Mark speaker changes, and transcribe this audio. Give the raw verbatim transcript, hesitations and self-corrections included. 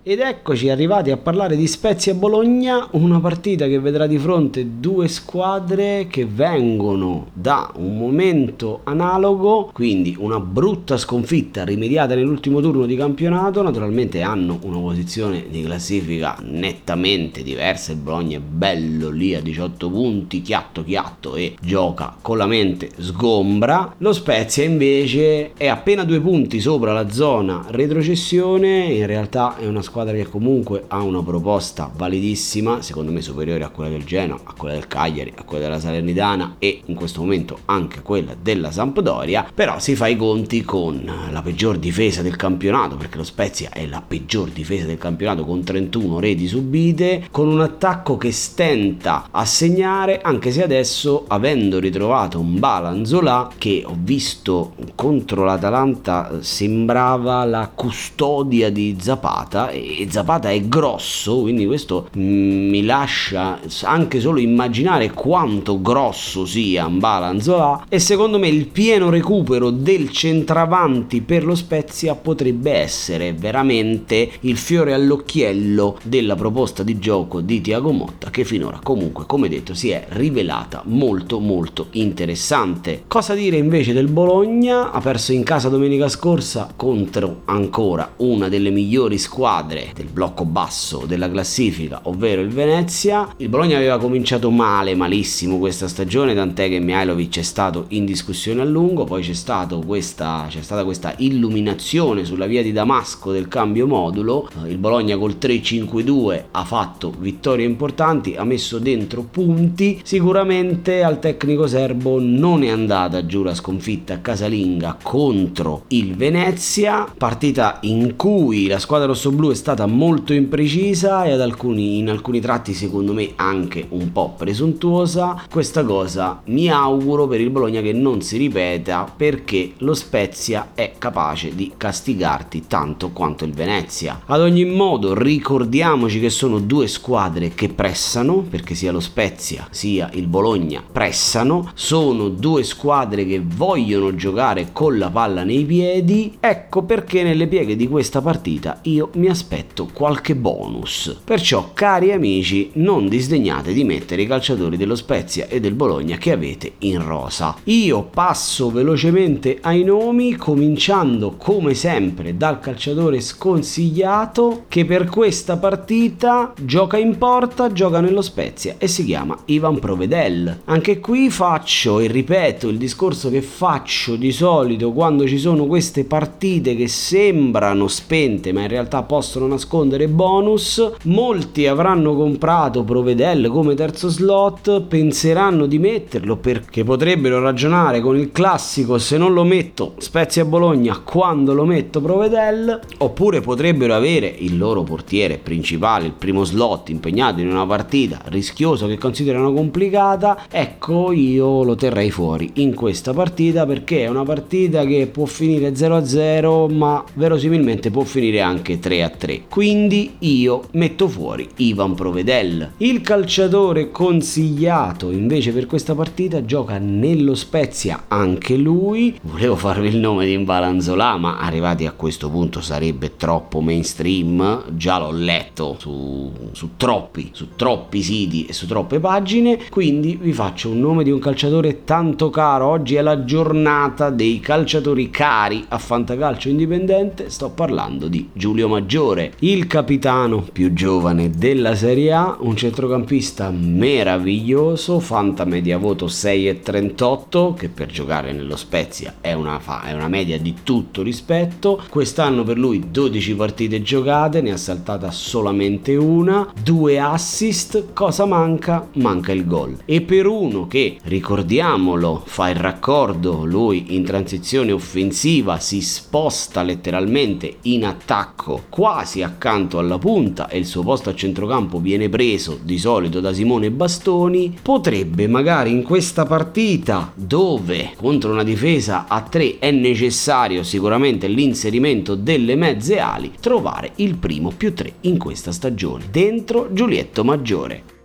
Speaker 1: Ed eccoci arrivati a parlare di Spezia Bologna, una partita che vedrà di fronte due squadre che vengono da un momento analogo, quindi una brutta sconfitta rimediata nell'ultimo turno di campionato. Naturalmente hanno una posizione di classifica nettamente diversa, il Bologna è bello lì a diciotto punti, chiatto chiatto, e gioca con la mente sgombra. Lo Spezia invece è appena due punti sopra la zona retrocessione, in realtà è una squadra che comunque ha una proposta validissima, secondo me superiore a quella del Genoa, a quella del Cagliari, a quella della Salernitana e in questo momento anche quella della Sampdoria, però si fa i conti con la peggior difesa del campionato, perché lo Spezia è la peggior difesa del campionato con trentuno reti subite, con un attacco che stenta a segnare, anche se adesso, avendo ritrovato un Balanzolà che ho visto contro l'Atalanta sembrava la custodia di Zapata, e Zapata è grosso, quindi questo mi lascia anche solo immaginare quanto grosso sia Balanzolà, e secondo me il pieno recupero del centravanti per lo Spezia potrebbe essere veramente il fiore all'occhiello della proposta di gioco di Thiago Motta, che finora comunque, come detto, si è rivelata molto molto interessante. Cosa dire invece del Bologna? Ha perso in casa domenica scorsa contro ancora una delle migliori squadre del blocco basso della classifica, ovvero il Venezia. Il Bologna aveva cominciato male, malissimo questa stagione, tant'è che Mihajlovic è stato in discussione a lungo, poi c'è stato questa c'è stata questa illuminazione sulla via di Damasco del cambio modulo. Il Bologna col tre cinque due ha fatto vittorie importanti, ha messo dentro punti. Sicuramente al tecnico serbo non è andata giù la sconfitta casalinga contro il Venezia, partita in cui la squadra rossoblù è stata molto imprecisa e ad alcuni, in alcuni tratti secondo me anche un po' presuntuosa. Questa cosa mi auguro per il Bologna che non si ripeta, perché lo Spezia è capace di castigarti tanto quanto il Venezia. Ad ogni modo ricordiamoci che sono due squadre che pressano, perché sia lo Spezia sia il Bologna pressano, sono due squadre che vogliono giocare con la palla nei piedi. Ecco perché nelle pieghe di questa partita io mi aspetto qualche bonus. Perciò, cari amici, non disdegnate di mettere i calciatori dello Spezia e del Bologna che avete in rosa. Io passo velocemente ai nomi, cominciando come sempre dal calciatore sconsigliato, che per questa partita gioca in porta, gioca nello Spezia e si chiama Ivan Provedel. Anche qui faccio e ripeto il discorso che faccio di solito quando ci sono queste partite che sembrano spente ma in realtà possono nascondere bonus. Molti avranno comprato Provedel come terzo slot, penseranno di metterlo perché potrebbero ragionare con il classico: se non lo metto Spezia Bologna, quando lo metto Provedel. Oppure potrebbero avere il loro portiere principale, il primo slot, impegnato in una partita rischiosa che considerano complicata. Ecco, io lo terrei fuori in questa partita, perché è una partita che può finire zero a zero ma verosimilmente può finire anche tre a tre, quindi io metto fuori Ivan Provedel. Il calciatore consigliato invece per questa partita gioca nello Spezia anche lui. Volevo farvi il nome di Balanzolà, ma arrivati a questo punto sarebbe troppo mainstream, già l'ho letto su, su troppi su troppi siti e su troppe pagine, quindi vi faccio un nome di un calciatore tanto caro. Oggi è la giornata dei calciatori cari a Fantacalcio Indipendente, sto parlando di Giulio Maggiore, il capitano più giovane della Serie A, un centrocampista meraviglioso, Fanta media voto sei virgola trentotto, che per giocare nello Spezia è una, fa- è una media di tutto rispetto. Quest'anno per lui dodici partite giocate, ne ha saltata solamente una, due assist. Cosa manca? Manca il gol. E per uno che, ricordiamolo, fa il raccordo, lui in transizione offensiva si sposta letteralmente in attacco quasi accanto alla punta e il suo posto a centrocampo viene preso di solito da Simone Bastoni, potrebbe magari in questa partita, dove contro una difesa a tre è necessario sicuramente l'inserimento delle mezze ali, trovare il primo più tre in questa stagione dentro Giulietto Maggiore.